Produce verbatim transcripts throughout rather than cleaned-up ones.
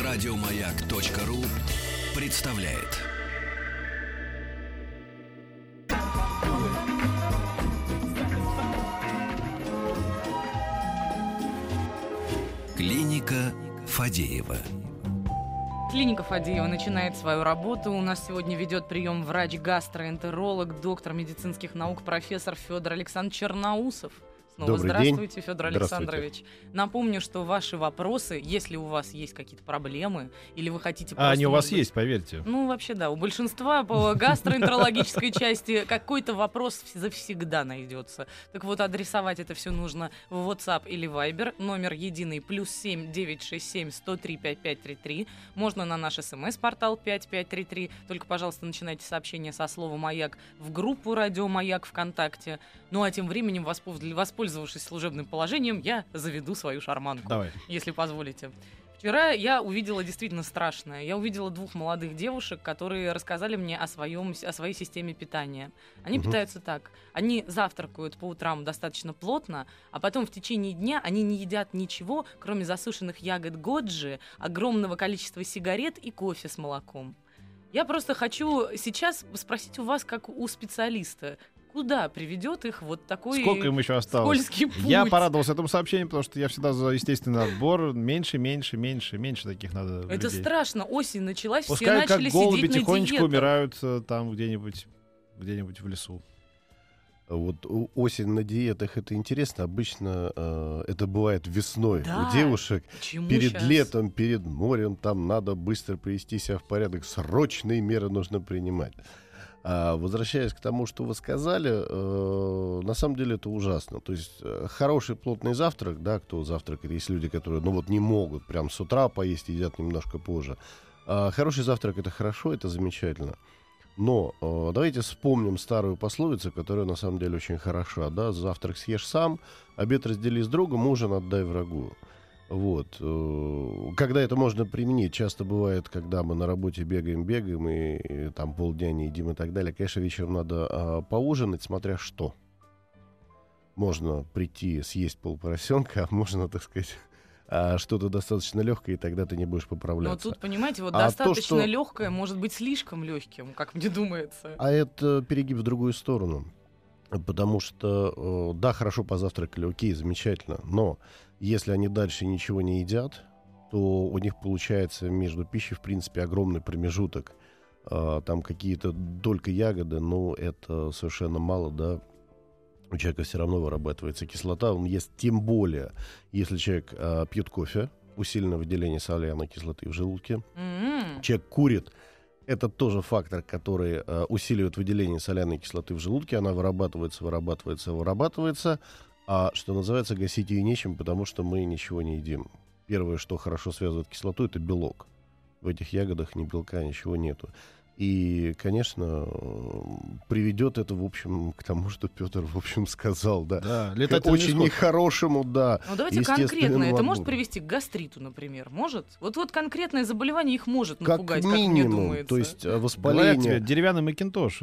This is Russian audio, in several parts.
Радиомаяк.ру представляет. Клиника Фадеева. Клиника Фадеева начинает свою работу. У нас сегодня ведет прием врач-гастроэнтеролог, доктор медицинских наук, профессор Федор Александрович Черноусов. Снова Добрый здравствуйте, день. Федор Александрович. Напомню, что ваши вопросы, если у вас есть какие-то проблемы, или вы хотите... А они у вас быть... есть, поверьте. Ну, вообще, да. У большинства по гастроэнтерологической части какой-то вопрос завсегда найдется. Так вот, адресовать это все нужно в WhatsApp или Viber. Номер единый плюс семь девятьсот шестьдесят семь сто три пятьдесят пять тридцать три. Можно на наш смс-портал пять пять три три. Только, пожалуйста, начинайте сообщение со слова «Маяк» в группу «Радио Маяк» ВКонтакте. Ну, а тем временем, воспользовавшись Воспользовавшись служебным положением, я заведу свою шарманку, Давай. Если позволите. Вчера я увидела действительно страшное. Я увидела двух молодых девушек, которые рассказали мне о, своем, о своей системе питания. Они угу. питаются так. Они завтракают по утрам достаточно плотно, а потом в течение дня они не едят ничего, кроме засушенных ягод годжи, огромного количества сигарет и кофе с молоком. Я просто хочу сейчас спросить у вас, как у специалиста, куда приведет их вот такой Сколько им еще осталось? Скользкий путь? Я порадовался этому сообщению, потому что я всегда за естественный отбор. Меньше, меньше, меньше, меньше таких надо Это людей. страшно. Осень началась, Пускай все начали как голуби сидеть на тихонечко диетах. умирают там где-нибудь, где-нибудь в лесу. Вот осень на диетах — это интересно. Обычно э, это бывает весной. Да. У девушек Почему перед щас? летом, перед морем, там надо быстро привести себя в порядок. Срочные меры нужно принимать. А, возвращаясь к тому, что вы сказали, э, на самом деле это ужасно. То есть э, хороший плотный завтрак, да, кто завтракает, есть люди, которые, ну вот, не могут прям с утра поесть, едят немножко позже. А, хороший завтрак — это хорошо, это замечательно. Но э, давайте вспомним старую пословицу, которая на самом деле очень хороша, да, завтрак съешь сам, обед раздели с другом, ужин отдай врагу. Вот. Когда это можно применить, часто бывает, когда мы на работе бегаем, бегаем, и, и там полдня не едим и так далее. Конечно, вечером надо а, поужинать, смотря что. Можно прийти, съесть полпоросенка, а можно, так сказать, а, что-то достаточно легкое, и тогда ты не будешь поправляться. Но тут, понимаете, вот а достаточно то, что... легкое может быть слишком легким, как мне думается. А это перегиб в другую сторону. Потому что, да, хорошо позавтракали, окей, замечательно, но если они дальше ничего не едят, то у них получается между пищей, в принципе, огромный промежуток. Там какие-то только ягоды, но это совершенно мало, да. У человека все равно вырабатывается кислота, он ест тем более, если человек пьет кофе, усиленное выделение соляной кислоты в желудке, Mm-hmm. человек курит. Это тоже фактор, который э, усиливает выделение соляной кислоты в желудке. Она вырабатывается, вырабатывается, вырабатывается. А что называется, гасить ее нечем, потому что мы ничего не едим. Первое, что хорошо связывает кислоту, это белок. В этих ягодах ни белка, ничего нету. И, конечно, приведет это, в общем, к тому, что Петр, в общем, сказал, да. Да, к очень скот. нехорошему, да. Ну, давайте конкретно. Это может привести к гастриту, например? Может? Вот, вот конкретное заболевание их может напугать, как, минимум, как мне думается. То есть воспаление... Деревянный макинтош.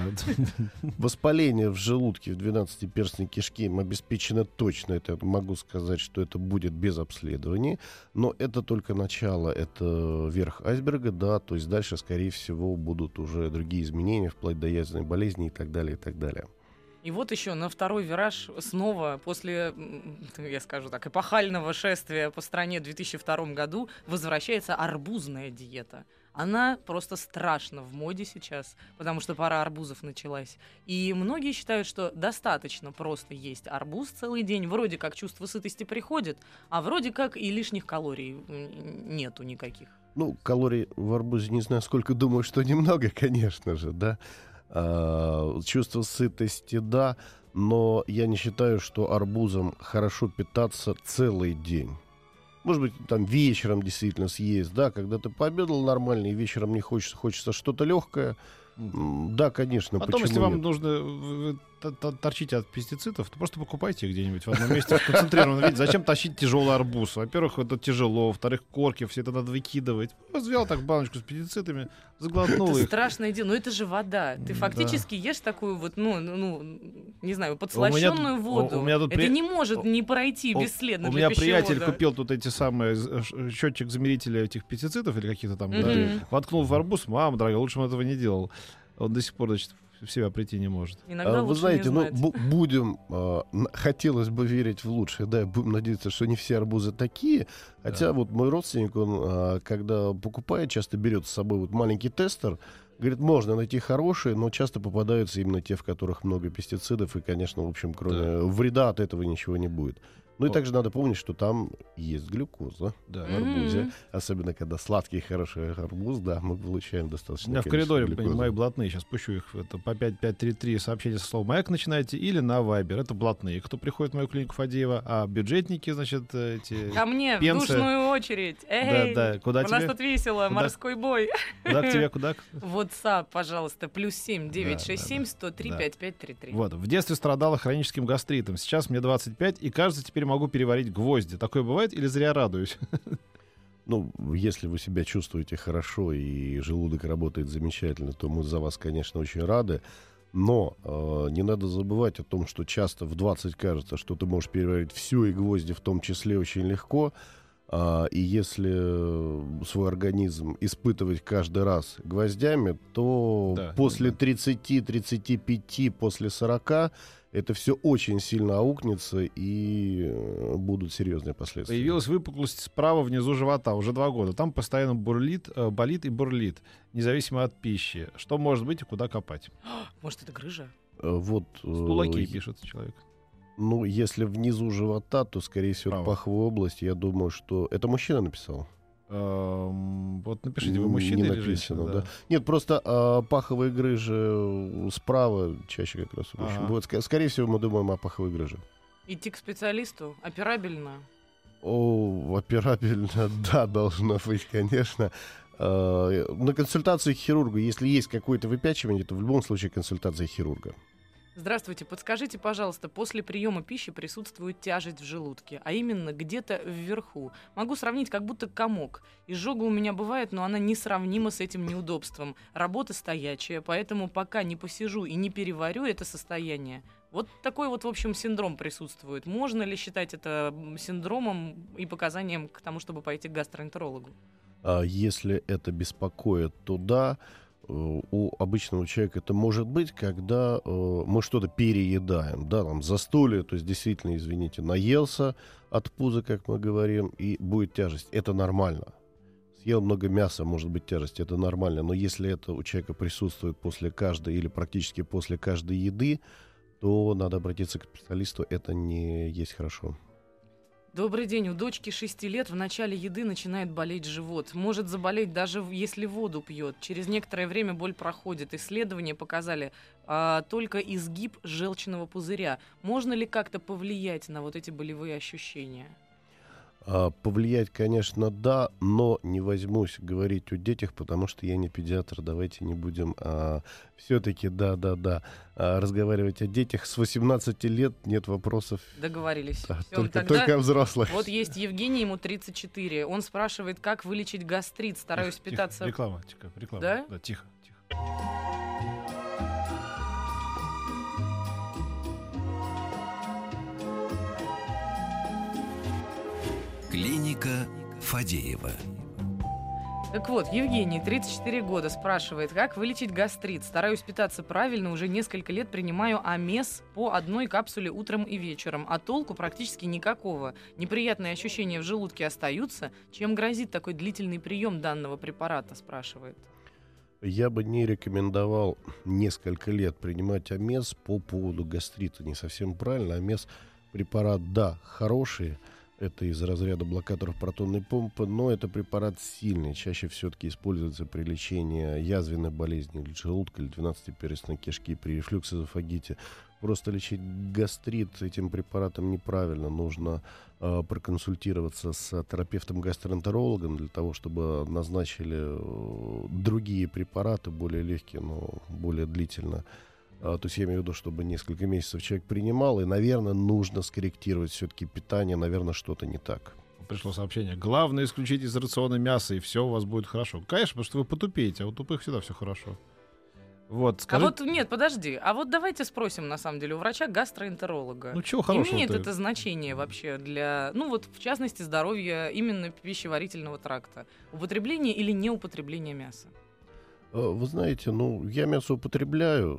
Воспаление в желудке, в двенадцатиперстной кишке им обеспечено точно. Это могу сказать, что это будет без обследования. Но это только начало, это верх айсберга, да. То есть дальше, скорее всего, будут уже другие изменения, вплоть до язвенной болезни и так далее, и так далее. И вот еще на второй вираж снова после, я скажу так, эпохального шествия по стране в две тысячи втором году возвращается арбузная диета. Она просто страшно в моде сейчас, потому что пора арбузов началась. И многие считают, что достаточно просто есть арбуз целый день. Вроде как чувство сытости приходит, а вроде как и лишних калорий нету никаких. Ну, калорий в арбузе не знаю сколько, думаю, что немного, конечно же, да. А, чувство сытости, да, но я не считаю, что арбузом хорошо питаться целый день. Может быть, там вечером действительно съесть, да, когда ты пообедал нормально, и вечером не хочется, хочется что-то легкое. Да, конечно. Потом, почему если вам нет? нужно т- т- торчите от пестицидов, то просто покупайте их где-нибудь в одном месте в концентрированном виде. Зачем тащить тяжелый арбуз? Во-первых, это тяжело, во-вторых, корки, все это надо выкидывать. Взял так баночку с пестицидами, заглотнул Это их. страшное дело, но это же вода. Ты Да. фактически ешь такую вот, ну, ну, не знаю, У меня подслащенную тут- воду. у- у меня тут Это при- не может у- не пройти У- бесследно У для меня приятель пищевода. купил тут эти самые з- ш- счетчик-замерители этих пестицидов или каких-то там, да, Мгм. воткнул в арбуз. Мама дорогая, лучше бы он этого не делал. Он до сих пор, значит, в себя прийти не может. Иногда А, Вы лучше знаете, не ну, знать. бу- будем, а, н- хотелось бы верить в лучшее, да, и будем надеяться, что не все арбузы такие. Хотя Да. вот мой родственник, он, а, когда покупает, часто берет с собой вот маленький тестер, говорит, можно найти хорошие, но часто попадаются именно те, в которых много пестицидов, и, конечно, в общем, кроме вреда от этого ничего не будет. Ну и О. также надо помнить, что там есть глюкоза Да. в арбузе. Мгм. Особенно, когда сладкий, хороший арбуз, да, мы получаем У достаточно меня в коридоре мои блатные, сейчас пущу их это, по пять пять три три сообщения со словом «Маяк» начинаете или на Вайбер. Это блатные, кто приходит в мою клинику Фадеева, а бюджетники, значит, эти... Ко мне пенсы. в душную очередь. Эй, Да, да. Куда у нас тебе? тут весело, Куда? морской бой. Куда к тебе, куда? к- WhatsApp, пожалуйста, плюс семь девятьсот Да, шестьдесят семь сто три да. пятьдесят пять тридцать три. Вот. В детстве страдала хроническим гастритом. Сейчас мне двадцать пять, и, кажется, теперь могу переварить гвозди. Такое бывает или зря радуюсь? Ну, если вы себя чувствуете хорошо и желудок работает замечательно, то мы за вас, конечно, очень рады. Но э, не надо забывать о том, что часто в двадцать кажется, что ты можешь переварить все, и гвозди в том числе, очень легко. А, и если э, свой организм испытывать каждый раз гвоздями, то Да, после да. тридцати тридцати пяти, после сорока это все очень сильно аукнется, и э, будут серьезные последствия. Появилась выпуклость справа внизу живота уже два года. Там постоянно бурлит, э, болит и бурлит, независимо от пищи. Что может быть и куда копать? Может, это грыжа? Э, Вот, э, Стулаки, пишет человек. ну, если внизу живота, то, скорее всего, Справа. это паховая область. Я думаю, что... Это мужчина написал? Эм, Вот напишите, вы М, мужчина не или написано, женщина? да. Нет, просто а, паховые грыжи справа чаще как раз у мужчин Ага. бывают. Ск- Скорее всего, мы думаем о паховой грыже. Идти к специалисту? Операбельно? О, операбельно, да, должно быть, конечно. А, На консультацию к хирургу, если есть какое-то выпячивание, то в любом случае консультация хирурга. Здравствуйте, подскажите, пожалуйста, после приема пищи присутствует тяжесть в желудке, а именно где-то вверху. Могу сравнить, как будто комок. Изжога у меня бывает, но она несравнима с этим неудобством. Работа стоячая, поэтому пока не посижу и не переварю это состояние. Вот такой вот, в общем, синдром присутствует. Можно ли считать это м, синдромом и показанием к тому, чтобы пойти к гастроэнтерологу? А если это беспокоит, то да. Э, У обычного человека это может быть, когда э, мы что-то переедаем, да, там застолье, то есть действительно, извините, наелся от пуза, как мы говорим, и будет тяжесть. Это нормально. Съел много мяса, может быть тяжесть, это нормально. Но если это у человека присутствует после каждой или практически после каждой еды, то надо обратиться к специалисту. Это не есть хорошо. Добрый день. У дочки шести лет в начале еды начинает болеть живот. Может заболеть даже в- если воду пьет. Через некоторое время боль проходит. Исследования показали а, только изгиб желчного пузыря. Можно ли как-то повлиять на вот эти болевые ощущения? А, повлиять, конечно, да, но не возьмусь говорить о детях, потому что я не педиатр. Давайте не будем а, все-таки, да-да-да, а, разговаривать о детях. С восемнадцати лет нет вопросов. Договорились. Да, Всё, только, тогда только о взрослых. Вот есть Евгений, ему тридцать четыре. Он спрашивает, как вылечить гастрит. Стараюсь Тихо, питаться... Тихо, реклама, тихо, реклама. Да? Да, тихо, тихо. Клиника Фадеева. Так вот, Евгений, тридцать четыре года, спрашивает, как вылечить гастрит. Стараюсь питаться правильно, уже несколько лет принимаю амес по одной капсуле утром и вечером, а толку практически никакого. Неприятные ощущения в желудке остаются. Чем грозит такой длительный прием данного препарата, спрашивает. Я бы не рекомендовал несколько лет принимать амес по поводу гастрита. Не совсем правильно. Амес препарат, да, хороший. Это из разряда блокаторов протонной помпы, но это препарат сильный. Чаще все-таки используется при лечении язвенной болезни или желудка, или двенадцатиперстной кишки, при рефлюксозофагите. Просто лечить гастрит этим препаратом неправильно. Нужно э, проконсультироваться с терапевтом-гастроэнтерологом для того, чтобы назначили э, другие препараты, более легкие, но более длительно А, то есть я имею в виду, чтобы несколько месяцев человек принимал, и, наверное, нужно скорректировать все-таки питание, наверное, что-то не так. Пришло сообщение. Главное исключить из рациона мясо, и все у вас будет хорошо. Конечно, потому что вы потупеете, а у тупых всегда все хорошо. Вот, скажи... А вот нет, подожди. А вот давайте спросим, на самом деле, у врача-гастроэнтеролога. Ну, чего хорошего? Имеет это значение вообще для, ну вот, в частности, здоровья именно пищеварительного тракта? Употребление или неупотребление мяса? Вы знаете, ну, я мясо употребляю.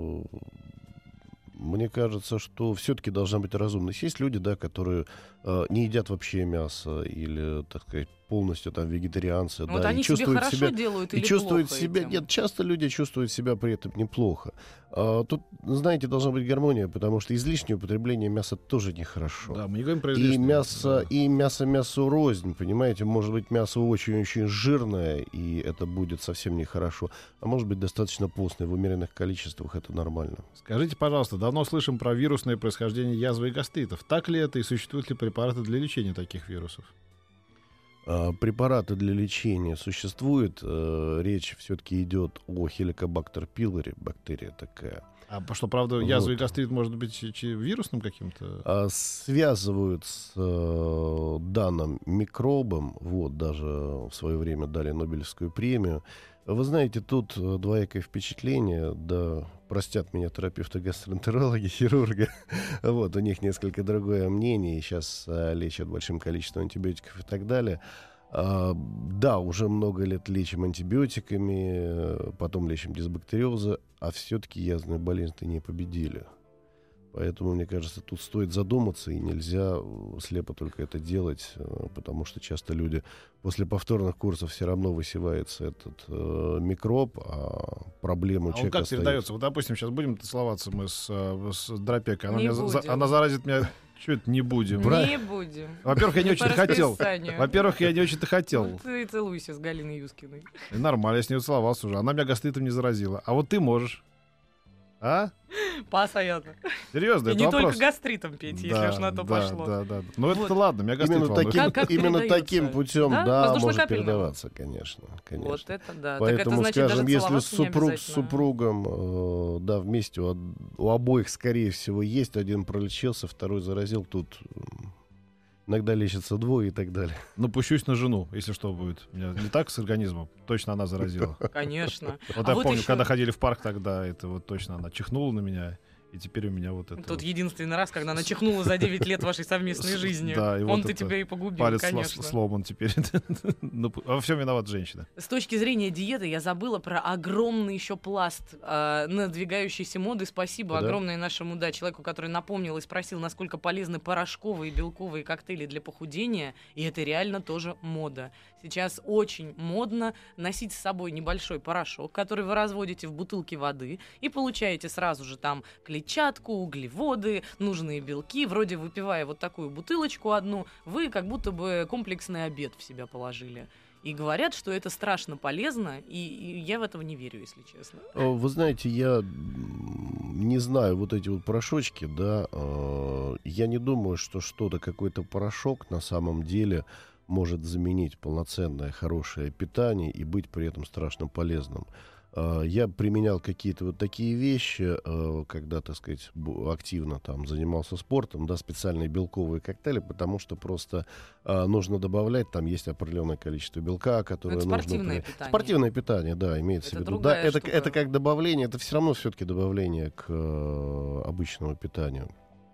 Мне кажется, что все-таки должна быть разумность. Есть люди, да, которые э, не едят вообще мясо или, так сказать, полностью там вегетарианцы. Ну, да, вот и они себе чувствуют хорошо себя, делают и или чувствуют плохо себя. этим? Нет, часто люди чувствуют себя при этом неплохо. А, тут, знаете, должна быть гармония, потому что излишнее употребление мяса тоже нехорошо. Да, мы не говорим про И излишнее. мясо, Да. и мясо мясу рознь, понимаете, может быть мясо очень-очень жирное, и это будет совсем нехорошо, а может быть достаточно постное, в умеренных количествах это нормально. Скажите, пожалуйста, давно слышим про вирусное происхождение язвы и гастритов. Так ли это и существуют ли препараты для лечения таких вирусов? А, препараты для лечения существуют, э, речь все-таки идет о Helicobacter pylori, бактерия такая. А что, правда, Вот. язва и гастрит может быть чи- чи- вирусным каким-то? А, связывают с э, данным микробом, вот, даже в свое время дали Нобелевскую премию. Вы знаете, тут э, двоякое впечатление, да, простят меня терапевты, гастроэнтерологи, хирурги, вот, у них несколько другое мнение, и сейчас э, лечат большим количеством антибиотиков и так далее. А, да, уже много лет лечим антибиотиками, э, потом лечим дисбактериозы, а все-таки язвенную болезнь-то не победили. Поэтому, мне кажется, тут стоит задуматься, и нельзя э, слепо только это делать, э, потому что часто люди после повторных курсов все равно высевается этот э, микроб, а проблема у А он человека как остается. передается? Вот, допустим, сейчас будем целоваться мы с, э, с Дропекой. Она, Не меня за- за- будем. она заразит меня... Чё это не будем? Не будем. Во-первых, я не По очень хотел. расписанию. Во-первых, я не очень-то хотел. Ну, ты целуйся с Галиной Юскиной. И нормально, я с ней целовался уже. Она меня гастритом не заразила. А вот ты можешь. А? Постоянно. Серьезно, И это не вопрос. только гастритом пить, если Да, уж на то да, пошло. Да, да, да. Ну это Вот. ладно, меня гастрит Именно волнует. таким, Как- как именно передается? таким путем, Да? да, может Воздушно-капельным? передаваться, конечно, конечно. Вот это да. Поэтому, так это значит, скажем, даже если целоваться не супруг с обязательно. супругом, э, да, вместе у, од- у обоих, скорее всего, есть, один пролечился, второй заразил, тут м, иногда лечатся двое и так далее. Ну пущусь на жену, если что будет. У меня не так с организмом. Точно она заразила. Конечно. Вот А я вот помню, еще- когда ходили в парк тогда, это вот точно она чихнула на меня. И теперь у меня вот это Тот вот единственный раз, когда она чихнула за девять лет вашей совместной С- жизни. да, и вот Он-то это тебя и погубил, палец сло- конечно. сломан теперь. Ну, Во всем виноват женщина. С точки зрения диеты я забыла про огромный еще пласт э, надвигающейся моды. Спасибо Да. огромное нашему да, человеку, который напомнил и спросил, насколько полезны порошковые белковые коктейли для похудения. И это реально тоже мода. Сейчас очень модно носить с собой небольшой порошок, который вы разводите в бутылке воды и получаете сразу же там клетчатку, углеводы, нужные белки. Вроде выпивая вот такую бутылочку одну, вы как будто бы комплексный обед в себя положили. И говорят, что это страшно полезно, и, и я в этого не верю, если честно. Э, Вы знаете, я м, не знаю, вот эти вот порошочки, да, э, я не думаю, что что-то, какой-то порошок на самом деле может заменить полноценное хорошее питание и быть при этом страшно полезным. Э, Я применял какие-то вот такие вещи, э, когда, так сказать, бу- активно там занимался спортом, да, специальные белковые коктейли, потому что просто э, нужно добавлять, там есть определенное количество белка, которое это нужно... спортивное при- питание. Спортивное питание, да, имеется Это в виду. Да, другая это, штука. это как добавление, это все равно все-таки добавление к э, обычному питанию.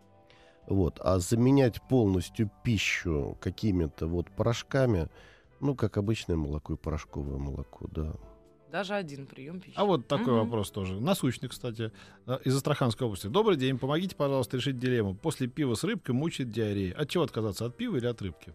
Вот. А заменять полностью пищу какими-то вот порошками, ну, как обычное молоко и порошковое молоко, да. Даже один прием пищи. А вот такой Мгм. вопрос тоже. Насущный, кстати, э, из Астраханской области. Добрый день, помогите, пожалуйста, решить дилемму. После пива с рыбкой мучает диарея. От чего отказаться, от пива или от рыбки?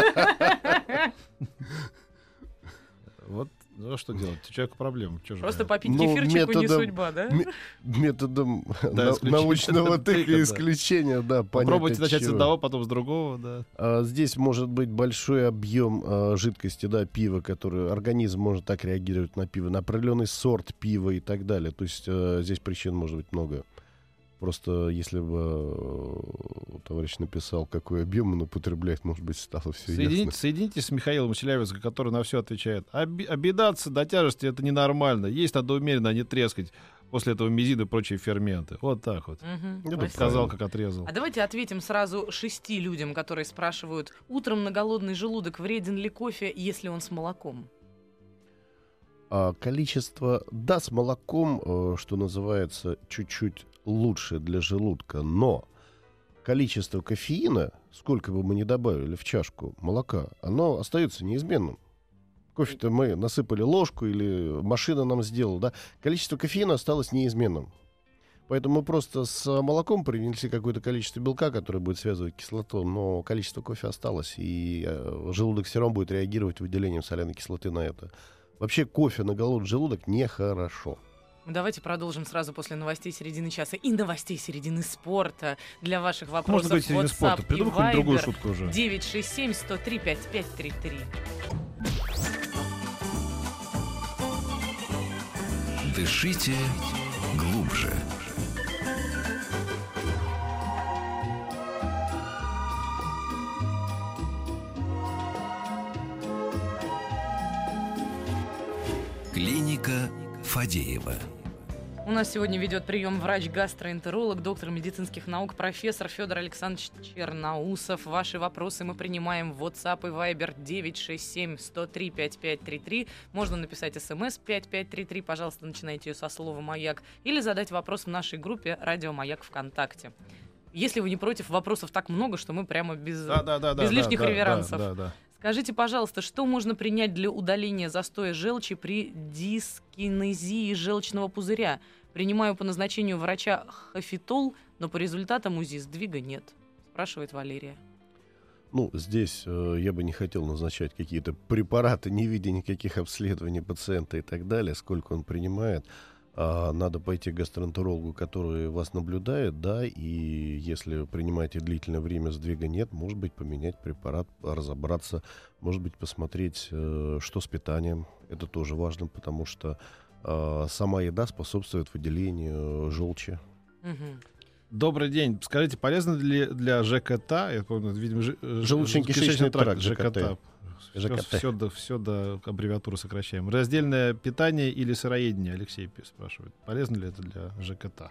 Вот, ну а что делать? У человека проблема. Чё же Просто прям? попить Ну, кефирчику не методом- судьба, да? ме- Методом на- исключения. научного тыка Тыка, да. исключения, да, понять Попробуйте от начать с чего. одного, потом с другого, да. А, Здесь может быть большой объем а, жидкости, да, пива, который организм может так реагировать на пиво, на определенный сорт пива и так далее. То есть а, здесь причин может быть много. Просто если бы э, товарищ написал, какой объем он употребляет, может быть, стало все Соедините, ясно. соединитесь с Михаилом Челябинском, который на все отвечает. Оби- обидаться до тяжести — это ненормально. Есть надо умеренно, а не трескать. После этого мезин и прочие ферменты. Вот так вот. Мгм, Это спасибо. Сказал, как отрезал. А давайте ответим сразу шести людям, которые спрашивают, утром на голодный желудок вреден ли кофе, если он с молоком? А количество, да, с молоком, э, что называется, чуть-чуть лучше для желудка, но количество кофеина, сколько бы мы ни добавили в чашку молока, оно остается неизменным. Кофе-то мы насыпали ложку или машина нам сделала, да, количество кофеина осталось неизменным. Поэтому мы просто с молоком принесли какое-то количество белка, которое будет связывать кислоту, но количество кофе осталось, и э, желудок все равно будет реагировать выделением соляной кислоты на это. Вообще кофе на голодный желудок нехорошо. Давайте продолжим сразу после новостей середины часа и новостей середины спорта. Для ваших вопросов Можно говорить середины WhatsApp спорта. и Придумай какую-нибудь другую Viber шутку уже. девять шесть семь сто три пятьдесят пять тридцать три. Дышите глубже. Клиника Фадеева. У нас сегодня ведет прием врач-гастроэнтеролог, доктор медицинских наук, профессор Федор Александрович Черноусов. Ваши вопросы мы принимаем в WhatsApp и Viber девять шесть семь сто три пятьдесят пять тридцать три. Можно написать смс пять пять три три, пожалуйста, начинайте ее со слова «Маяк», или задать вопрос в нашей группе «Радио Маяк» ВКонтакте. Если вы не против, вопросов так много, что мы прямо без, Да, да, да, без да, лишних да, реверансов. да, да, да. Скажите, пожалуйста, что можно принять для удаления застоя желчи при дискинезии желчного пузыря? Принимаю по назначению врача хофитол, но по результатам УЗИ сдвига нет, спрашивает Валерия. Ну, здесь э, я бы не хотел назначать какие-то препараты, не видя никаких обследований пациента и так далее, сколько он принимает. А, надо пойти к гастроэнтерологу, который вас наблюдает, да, и если принимаете длительное время, сдвига нет, может быть, поменять препарат, разобраться, может быть, посмотреть, э, что с питанием. Это тоже важно, потому что э, сама еда способствует выделению желчи. Угу. Добрый день. Скажите, полезно ли для ЖКТ, я помню, видимо, ж, Желудочно-кишечный тракт, ЖКТ. ЖКТ. Все, до, все до аббревиатуры сокращаем. Раздельное питание или сыроедение, Алексей спрашивает. Полезно ли это для ЖКТ?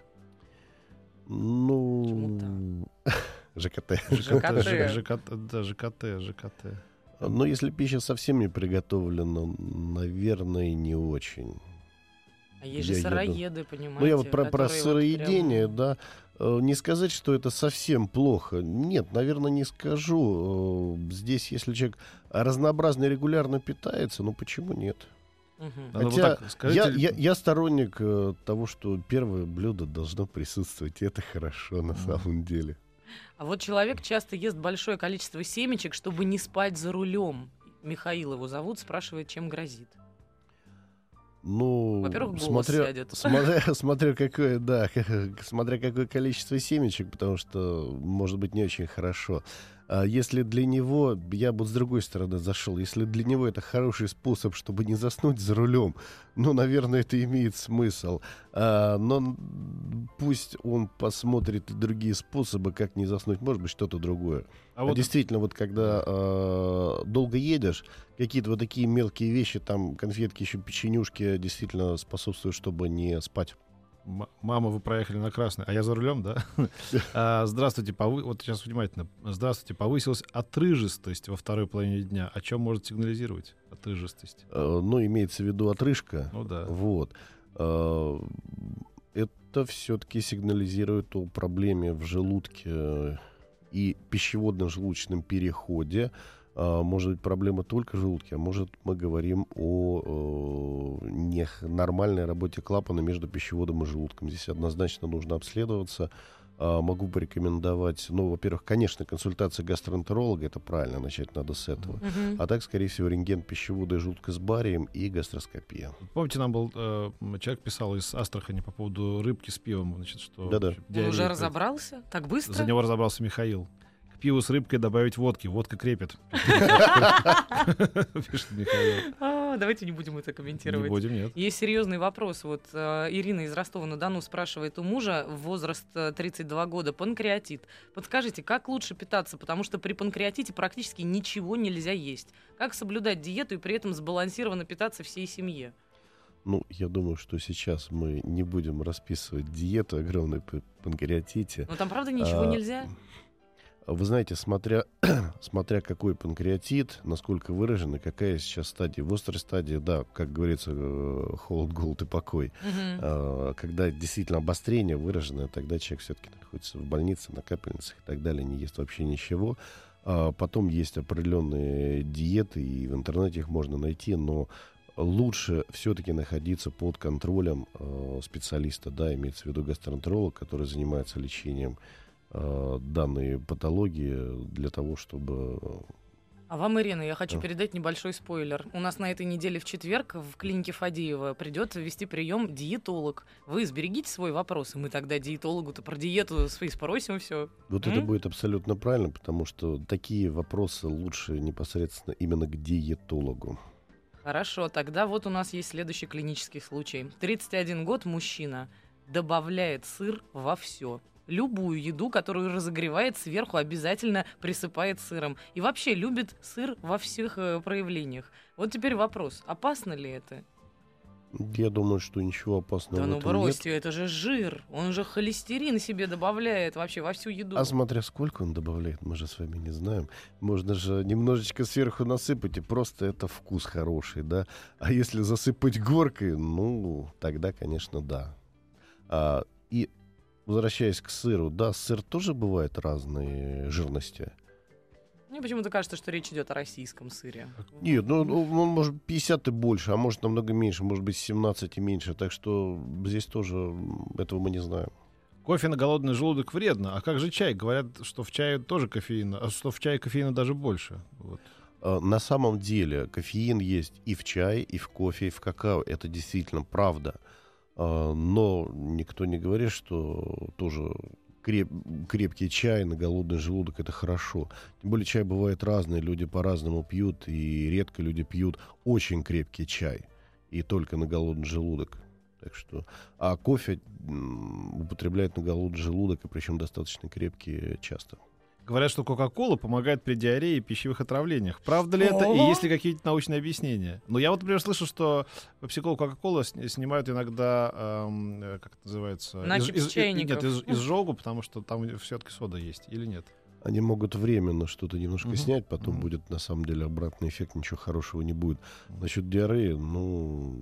Ну, ЖКТ. ЖКТ. ЖКТ, да, ЖКТ, ЖКТ. Но если пища совсем не приготовлена, наверное, не очень. А есть же Я сыроеды, понимаете? Ну, я вот про, про которые сыроедение, вот прям... да, э, не сказать, что это совсем плохо. Нет, наверное, не скажу. Э, Здесь, если человек разнообразно и регулярно питается, ну почему нет? Мгм. Надо вот Хотя так, скажите, я, я, я сторонник э, того, что первое блюдо должно присутствовать, и это хорошо на Мгм. самом деле. А вот человек часто ест большое количество семечек, чтобы не спать за рулем. Михаил его зовут, спрашивает, чем грозит. Ну, Во-первых, голос смотря, сядет. смотря, смотря какое, да, смотря какое количество семечек, потому что может быть не очень хорошо. А если для него, я бы с другой стороны зашел, если для него это хороший способ, чтобы не заснуть за рулем, ну, наверное, это имеет смысл. А, но пусть он посмотрит и другие способы, как не заснуть, может быть, что-то другое. а А вот действительно, вот когда э, долго едешь, какие-то вот такие мелкие вещи, там конфетки, еще печенюшки, действительно способствуют, чтобы не спать. м- мама, вы проехали на красный, а я за рулем, да? А, Здравствуйте, повы- вот сейчас внимательно. Здравствуйте, повысилась отрыжистость во второй половине дня. О чем может сигнализировать отрыжистость? Э, ну, имеется в виду отрыжка. Ну да. Вот. Э, это все-таки сигнализирует о проблеме в желудке и пищеводно-желудочном переходе. А, может быть, проблема только в желудке, а может, мы говорим о э, ненормальной работе клапана между пищеводом и желудком. Здесь однозначно нужно обследоваться. А, могу порекомендовать, ну, во-первых, конечно, консультация гастроэнтеролога, это правильно, начать надо с этого. Мгм. А так, скорее всего, рентген пищевода и желудка с барием и гастроскопия. Помните, нам был э, человек писал из Астрахани по поводу рыбки с пивом, значит, что Да-да. вообще Он диарея уже происходит. разобрался? Так быстро? За него разобрался Михаил. К пиву с рыбкой добавить водки. Водка крепит. Пишет Михаил. А, давайте не будем это Не комментировать. будем, нет. Есть серьезный вопрос. Вот э, Ирина из Ростова-на-Дону спрашивает у мужа, возраст э, тридцать два года, панкреатит. Подскажите, как лучше питаться? Потому что при панкреатите практически ничего нельзя есть. Как соблюдать диету и при этом сбалансированно питаться всей семье? Ну, я думаю, что сейчас мы не будем расписывать диету огромной по панкреатите. Но там, правда, ничего А, нельзя? Вы знаете, смотря, смотря какой панкреатит, насколько выражен и какая сейчас стадия. В острой стадии, да, как говорится, э, холод, голод и покой. Мгм. А, когда действительно обострение выраженное, тогда человек все-таки находится в больнице, на капельницах и так далее, не ест вообще ничего. А потом есть определенные диеты, и в интернете их можно найти, но лучше все-таки находиться под контролем э, специалиста, да, имеется в виду гастроэнтеролог, который занимается лечением э, данной патологии для того, чтобы... А вам, Ирина, я хочу Да. передать небольшой спойлер. У нас на этой неделе в четверг в клинике Фадеева придет вести прием диетолог. Вы сберегите свой вопрос, и мы тогда диетологу-то про диету свои спросим все. Вот М? это будет абсолютно правильно, потому что такие вопросы лучше непосредственно именно к диетологу. Хорошо, тогда вот у нас есть следующий клинический случай. тридцать один год, мужчина, добавляет сыр во все. Любую еду, которую разогревает, сверху обязательно присыпает сыром. И вообще любит сыр во всех э, проявлениях. Вот теперь вопрос, опасно ли это? Я думаю, что ничего опасного Да в ну этом нет. бросьте, это же жир. Он же холестерин себе добавляет вообще во всю еду. А смотря сколько он добавляет, мы же с вами не знаем. Можно же немножечко сверху насыпать, и просто это вкус хороший, да. А если засыпать горкой, ну, тогда, конечно, да. А, и возвращаясь к сыру, да, сыр тоже бывает разной жирности. Мне почему-то кажется, что речь идет о российском сыре. Нет, ну, ну, он может пятьдесят и больше, а может намного меньше, может быть семнадцать и меньше. Так что здесь тоже м, этого мы не знаем. Кофе на голодный желудок вредно. А как же чай? Говорят, что в чае тоже кофеина, а что в чае кофеина даже больше. Вот. А, На самом деле кофеин есть и в чае, и в кофе, и в какао. Это действительно правда. А, Но никто не говорит, что тоже креп- крепкий чай на голодный желудок — это хорошо. Тем более чай бывает разный, люди по-разному пьют, и редко люди пьют очень крепкий чай, и только на голодный желудок. Так что, а кофе м, употребляют на голодный желудок, и причем достаточно крепкие часто. Говорят, что Кока-Кола помогает при диарее и пищевых отравлениях. Правда ли это? И есть ли какие-то научные объяснения? Но я вот, например, слышал, что пепси-колу Кока-Кола сни- снимают иногда, эм, э, как это называется? Накипь с чайников. Нет, из, изжогу, потому что там все-таки сода есть. Или нет? Они могут временно что-то немножко Мгм. снять, потом Мгм. будет на самом деле обратный эффект, ничего хорошего не будет. Насчет диареи, ну,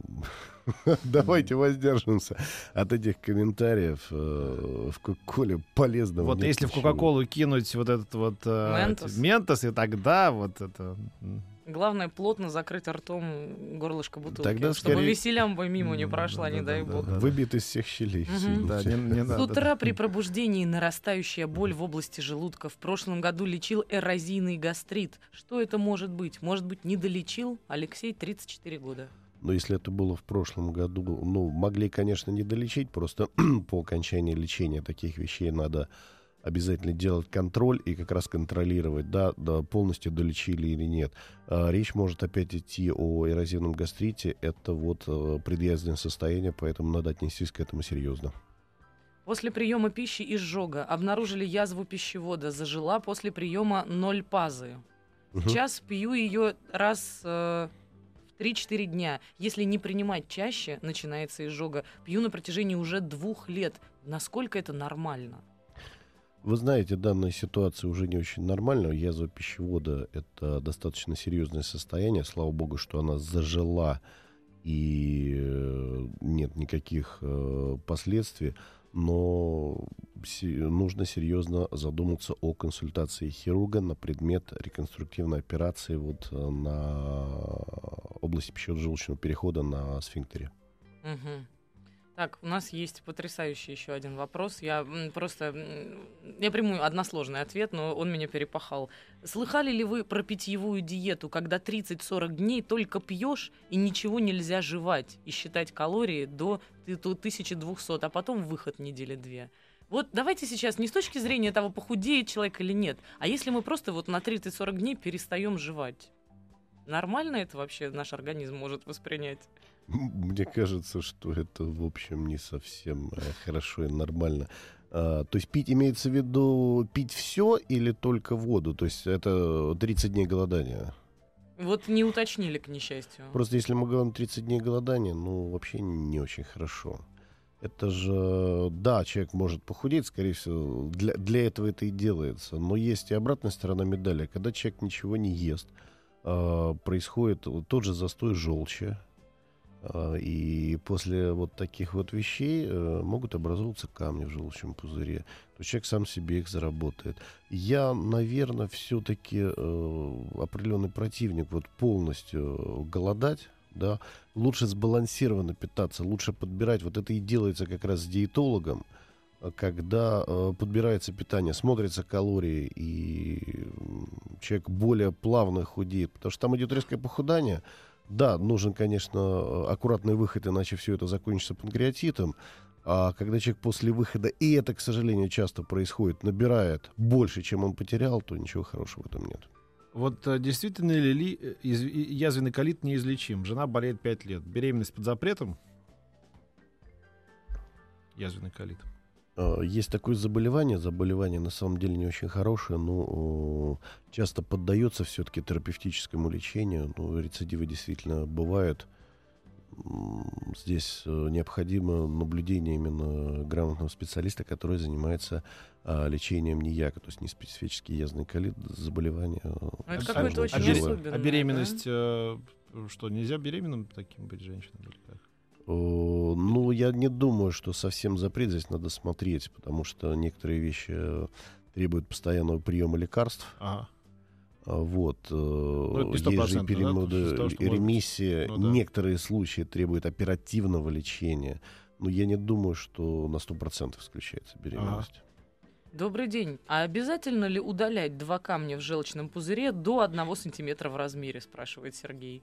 давайте воздержимся от этих комментариев. э, В Кока-Коле полезного Вот нет если в ничего. Кока-Колу кинуть вот этот вот э, Ментос. эти- ментос, и тогда вот это... м, Главное плотно закрыть ртом горлышко бутылки, Тогда чтобы скорее- веселям бы мимо не М, прошла, не дай да-да-да-да. бог. Выбит из всех щелей. Мгм. Все, Да, все. не, не С надо. утра при пробуждении нарастающая боль в области желудка. В прошлом году лечил эрозийный гастрит. Что это может быть? Может быть, не долечил? Алексей, тридцать четыре года. Но если это было в прошлом году, ну, могли, конечно, не долечить, просто по окончании лечения таких вещей надо обязательно делать контроль и как раз контролировать, да, да, полностью долечили или нет. А, речь может опять идти о эрозивном гастрите. Это вот э, предъездное состояние, поэтому надо отнестись к этому серьезно. После приема пищи изжога. Обнаружили язву пищевода. Зажила после приема ноль пазы. Мгм. Сейчас пью ее раз э, в три-четыре дня. Если не принимать чаще, начинается изжога. Пью на протяжении уже двух лет. Насколько это нормально? Вы знаете, данная ситуация уже не очень нормальна. Язва пищевода — это достаточно серьезное состояние. Слава богу, что она зажила и э, нет никаких э, последствий. Но се- нужно серьезно задуматься о консультации хирурга на предмет реконструктивной операции вот э, на области пищеводно-желудочного перехода на сфинктере. Мгм. Так, у нас есть потрясающий еще один вопрос. Я м, просто... м, Я приму односложный ответ, но он меня перепахал. Слыхали ли вы про питьевую диету, когда тридцать-сорок дней только пьешь и ничего нельзя жевать, и считать калории до ты- до тысячи двухсот, а потом выход недели две? Вот давайте сейчас не с точки зрения того, похудеет человек или нет, а если мы просто вот на тридцать-сорок дней перестаем жевать. Нормально это вообще наш организм может воспринять? Мне кажется, что это, в общем, не совсем э, хорошо и нормально. А, то есть пить имеется в виду пить все или только воду? То есть это тридцать дней голодания? Вот не уточнили, к несчастью. Просто если мы говорим тридцать дней голодания, ну, вообще не очень хорошо. Это же, да, человек может похудеть, скорее всего, для, для этого это и делается. Но есть и обратная сторона медали. Когда человек ничего не ест, э, происходит вот тот же застой желчи. Э, и после вот таких вот вещей э, могут образовываться камни в желчном пузыре. То есть человек сам себе их заработает. Я, наверное, все-таки э, определенный противник вот полностью голодать. Да, лучше сбалансированно питаться, лучше подбирать. Вот это и делается как раз с диетологом, когда э, подбирается питание, смотрятся калории, и человек более плавно худеет. Потому что там идет резкое похудание. Да, нужен, конечно, аккуратный выход, иначе все это закончится панкреатитом. А когда человек после выхода, и это, к сожалению, часто происходит, набирает больше, чем он потерял, то ничего хорошего в этом нет. Вот а, действительно ли, ли из, язвенный колит неизлечим? Жена болеет пять лет. Беременность под запретом? Язвенный колит. Есть такое заболевание. Заболевание на самом деле не очень хорошее, но часто поддается все-таки терапевтическому лечению. Ну, рецидивы действительно бывают. Здесь необходимо наблюдение именно грамотного специалиста, который занимается а, лечением НИЯКа, то есть неспецифический язвенный колит, заболевание. Это какое-то очень а, особенное. А беременность, да? э, что, нельзя беременным таким быть женщинам? Или как? О, ну, я не думаю, что совсем запрет. Здесь надо смотреть, потому что некоторые вещи требуют постоянного приема лекарств. Ага. Вот. Ну, есть же периоды, да? ремиссии. Ну, да. Некоторые случаи требуют оперативного лечения. Но я не думаю, что на сто процентов исключается беременность. Ага. Добрый день. А обязательно ли удалять два камня в желчном пузыре до одного сантиметра в размере, спрашивает Сергей.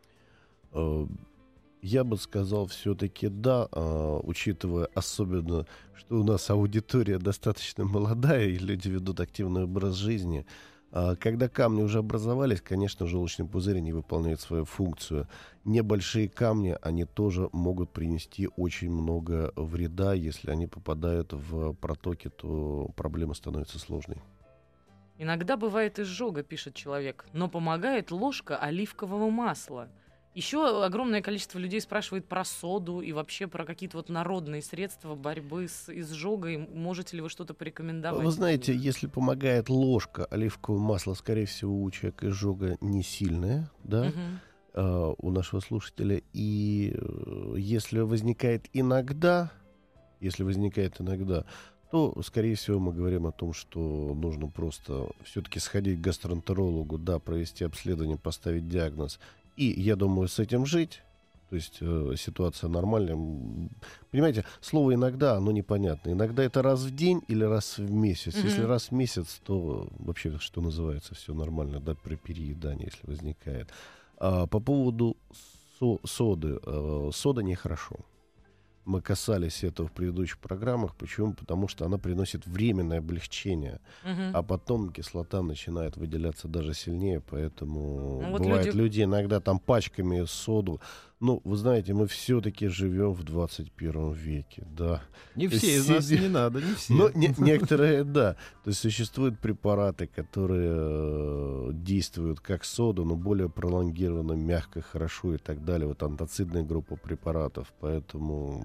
Я бы сказал все-таки да, учитывая особенно, что у нас аудитория достаточно молодая, и люди ведут активный образ жизни. Когда камни уже образовались, конечно, желчный пузырь не выполняет свою функцию. Небольшие камни, они тоже могут принести очень много вреда. Если они попадают в протоки, то проблема становится сложной. Иногда бывает изжога, пишет человек, но помогает ложка оливкового масла. Еще огромное количество людей спрашивает про соду и вообще про какие-то вот народные средства борьбы с изжогой. Можете ли вы что-то порекомендовать? Вы знаете, если помогает ложка оливкового масла, скорее всего, у человека изжога не сильная, да, угу. э, у нашего слушателя. И э, если возникает иногда, если возникает иногда, то, скорее всего, мы говорим о том, что нужно просто все-таки сходить к гастроэнтерологу, да, провести обследование, поставить диагноз. И, я думаю, с этим жить. То есть э, ситуация нормальная. Понимаете, слово «иногда», оно непонятно. Иногда это раз в день или раз в месяц. Mm-hmm. Если раз в месяц, то вообще, что называется, все нормально, да, при переедании, если возникает. А, по поводу со- соды. Э, сода нехорошо. Мы касались этого в предыдущих программах. Почему? Потому что она приносит временное облегчение. Угу. А потом кислота начинает выделяться даже сильнее. Поэтому ну, вот бывает, люди... люди иногда там пачками соду. Ну, вы знаете, мы все-таки живем в двадцать первом веке. Да. Не все из нас, не надо, не все. Но не, некоторые, да. То есть существуют препараты, которые э, действуют как сода, но более пролонгированно, мягко, хорошо и так далее. Вот антацидная группа препаратов. Поэтому...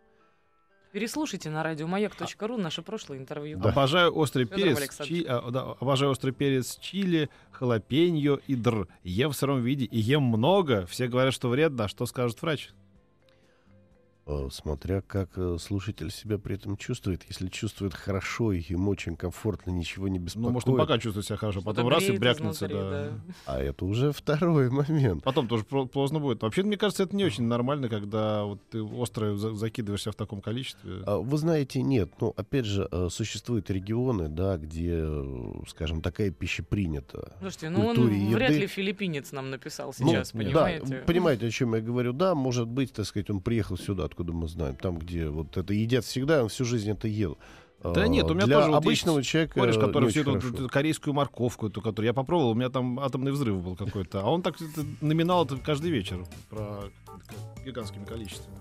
Переслушайте на радиомаяк точка ру наше прошлое интервью. Да. Обожаю острый перец, чи, а, да, обожаю острый перец чили, халапеньо и др. Ем в сыром виде и ем много. Все говорят, что вредно. А что скажет врач? Смотря как слушатель себя при этом чувствует. Если чувствует хорошо, и ему очень комфортно, ничего не беспокоит. Ну, может, он пока чувствует себя хорошо, потом раз и брякнется. Изнутри, да. Да. А это уже второй момент. Потом тоже поздно будет. Вообще, мне кажется, это не очень нормально, когда вот ты острое закидываешься в таком количестве. Вы знаете, нет. Ну, опять же, существуют регионы, да, где, скажем, такая пища принята. Слушайте, ну он еды. Вряд ли филиппинец нам написал сейчас, ну, понимаете? Да, понимаете, о чем я говорю? Да, может быть, так сказать, он приехал сюда, откуда мы знаем, там, где вот это едят всегда, он всю жизнь это ел. Да нет, у меня для тоже обычного вот человека кореш, который всю эту, эту корейскую морковку, эту, которую я попробовал, у меня там атомный взрыв был какой-то, а он так это, номинал это каждый вечер про гигантскими количествами.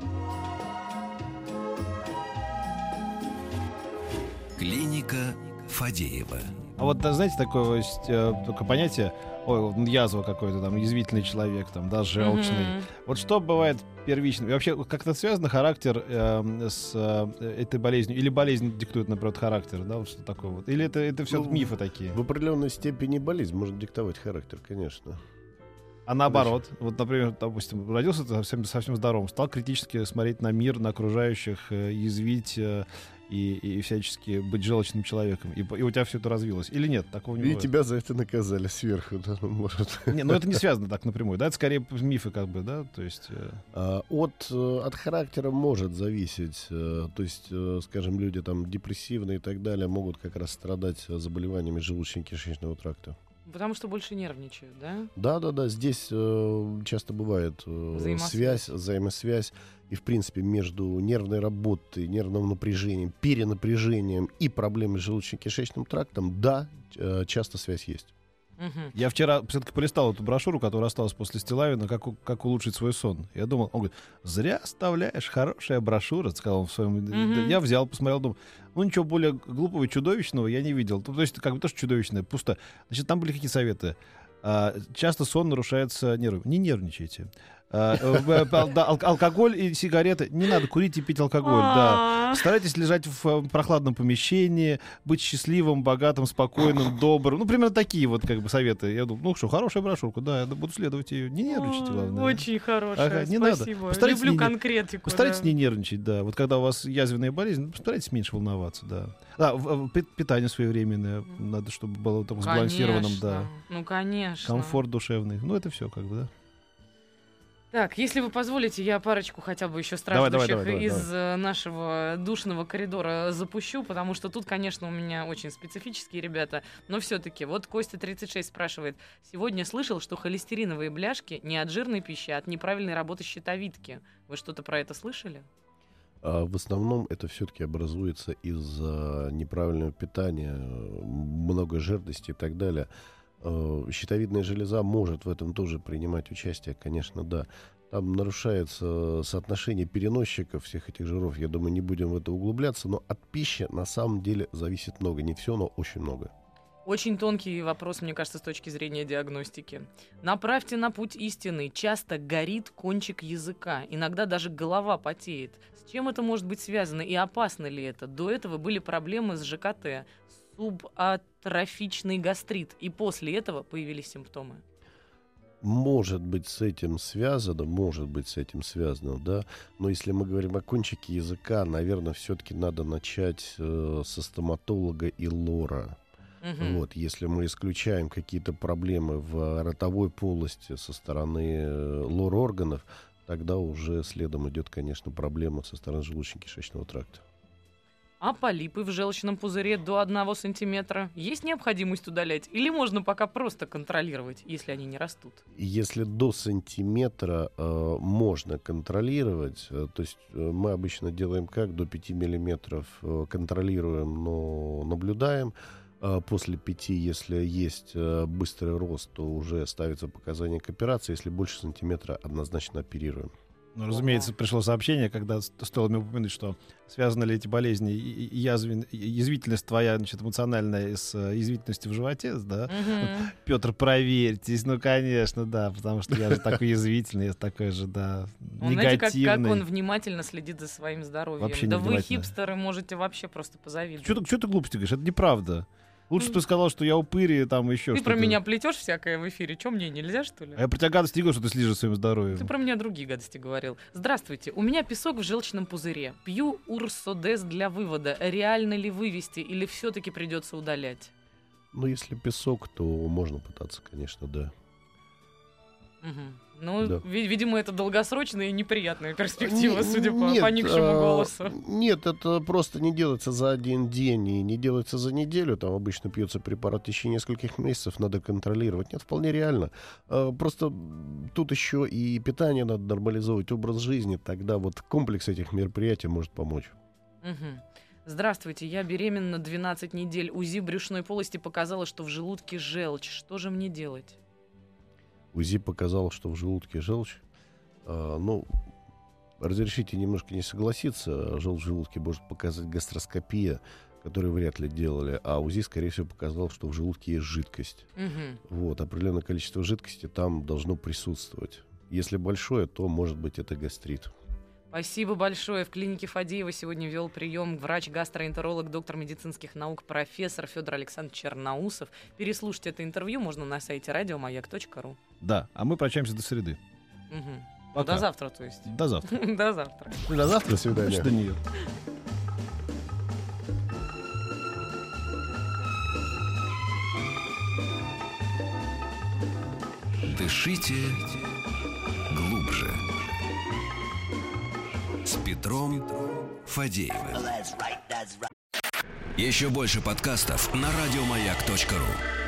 Клиника Фадеева. А вот, да, знаете, такое есть, э, такое понятие, ой, вот язва какой-то, там, язвительный человек, там, да, желчный. Мгм. Вот что бывает первичным? И вообще, как-то связан характер э, с э, этой болезнью? Или болезнь диктует, например, характер, да, вот что такое вот? Или это, это все Ну, мифы такие? В определенной степени болезнь может диктовать характер, конечно. А наоборот, вот, например, допустим, родился ты совсем, совсем здоровым, стал критически смотреть на мир, на окружающих, э, язвить э, и, и всячески быть желчным человеком. И, и у тебя все это развилось. Или нет, такого не И бывает? тебя за это наказали сверху, да, ну, может. Не, ну это не связано так напрямую, да? Это скорее мифы, как бы, да? То есть... э, А, От, э, от характера может зависеть. э, То есть, э, скажем, люди там депрессивные и так далее могут как раз страдать э, заболеваниями желудочно-кишечного тракта. Потому что больше нервничают, да? Да, да, да. Здесь э, часто бывает э, Взаимосвязь. связь, взаимосвязь. И, в принципе, между нервной работой, нервным напряжением, перенапряжением и проблемой с желудочно-кишечным трактом, да, э, часто связь есть. Мгм. Я вчера все-таки полистал эту брошюру, которая осталась после Стилавина, как, у- как улучшить свой сон. Я думал, он говорит, зря оставляешь, хорошая брошюра, сказал он в своем... Мгм. Я взял, посмотрел, думаю, ну ничего более глупого и чудовищного я не видел. Ну, то есть как бы тоже чудовищное, пусто. Значит, там были какие советы? А, часто сон нарушается нервами. Не нервничайте. А, э, э, да, ал- алкоголь и сигареты. Не надо курить и пить алкоголь, да. А, Старайтесь лежать в э, прохладном помещении, быть счастливым, богатым, спокойным, добрым. Ну, примерно такие вот как бы советы. Я думаю, ну что, хорошая брошюрка, да, я буду следовать ее. Не нервничайте, ой, главное. Очень хорошая, Ага, не надо. спасибо. Постарайтесь Люблю не- конкретику. Постарайтесь да. не нервничать, да. Вот когда у вас язвенная болезнь, ну, постарайтесь меньше волноваться, да. А, в- в- пи- питание своевременное, надо, чтобы было там сбалансированным, Конечно. да. Ну, конечно. Комфорт душевный. Ну, это все как бы, да. Так, если вы позволите, я парочку хотя бы еще Давай, давай, страждущих давай, давай, из э, нашего душного коридора запущу, потому что тут, конечно, у меня очень специфические ребята, но все-таки. Вот Костя тридцать шесть спрашивает. Сегодня слышал, что холестериновые бляшки не от жирной пищи, а от неправильной работы щитовидки. Вы что-то про это слышали? А в основном это все-таки образуется из-за неправильного питания, э, много жирности и так далее. Э, Щитовидная железа может в этом тоже принимать участие, конечно, да. Там нарушается соотношение переносчиков всех этих жиров. Я думаю, не будем в это углубляться, но от пищи на самом деле зависит много. Не все, но очень много. Очень тонкий вопрос, мне кажется, с точки зрения диагностики. Направьте на путь истины. Часто горит кончик языка. Иногда даже голова потеет. С чем это может быть связано и опасно ли это? До этого были проблемы с ЖКТ, субатрофичный гастрит. И после этого появились симптомы. Может быть с этим связано, может быть с этим связано, да. Но если мы говорим о кончике языка, наверное, все-таки надо начать э, со стоматолога и лора. Мгм. Вот, если мы исключаем какие-то проблемы в ротовой полости со стороны э, лор-органов, тогда уже следом идет, конечно, проблема со стороны желудочно-кишечного тракта. А полипы в желчном пузыре до одного сантиметра? Есть необходимость удалять? Или можно пока просто контролировать, если они не растут? И Если до сантиметра э, можно контролировать, э, то есть э, мы обычно делаем как? До пяти миллиметров э, контролируем, но наблюдаем. А после пяти, если есть э, быстрый рост, то уже ставится показание к операции. Если больше сантиметра, однозначно оперируем. Ну, разумеется, пришло сообщение, когда с- стоило мне упомянуть, что связаны ли эти болезни, и- и- и язвен- и- язвительность твоя, значит, эмоциональная с э, язвительностью в животе, да? Мгм. Петр, проверьтесь, ну, конечно, да, потому что я же такой язвительный, я такой же, да, Он, знаете, как, негативный. как он внимательно следит за своим здоровьем. Вообще Да вы, невнимательно. хипстеры, можете вообще просто позавидовать. Что ты, чё ты глупости говоришь? Это неправда. Лучше бы ты сказал, что я упырь и там еще Ты что-то. про меня плетешь всякое в эфире. Чем мне нельзя, что ли? А я про тебя гадости не говорю, что ты следишь за своим здоровьем. Ты про меня другие гадости говорил. Здравствуйте, у меня песок в желчном пузыре. Пью урсодез для вывода. Реально ли вывести или все-таки придется удалять? Но если песок, то можно пытаться, конечно, да. Мгм. Ну, Да. ви- видимо, это долгосрочная и неприятная перспектива, Не- судя по нет, поникшему а, голосу. Нет, это просто не делается за один день и не делается за неделю. Там обычно пьется препарат в течение нескольких месяцев, надо контролировать. Нет, вполне реально. А, Просто тут еще и питание надо нормализовать, образ жизни. Тогда вот комплекс этих мероприятий может помочь. Мгм. Здравствуйте, я беременна двенадцать недель. УЗИ брюшной полости показало, что в желудке желчь. Что же мне делать? УЗИ показало, что в желудке желчь. А, ну, разрешите немножко не согласиться. Желчь в желудке может показать гастроскопия, которые вряд ли делали, а УЗИ, скорее всего, показало, что в желудке есть жидкость. Угу. Вот, определенное количество жидкости там должно присутствовать. Если большое, то, может быть, это гастрит. Спасибо большое. В клинике Фадеева сегодня вел прием врач-гастроэнтеролог, доктор медицинских наук, профессор Федор Александрович Черноусов. Переслушать это интервью можно на сайте радиомаяк точка ру. Да, а мы прощаемся до среды. Угу. Пока. До завтра, то есть. До завтра. До завтра. До завтра, до свидания. До нее. Дышите глубже. С Петром Фадеевым. Еще больше подкастов на радиомаяк точка ру.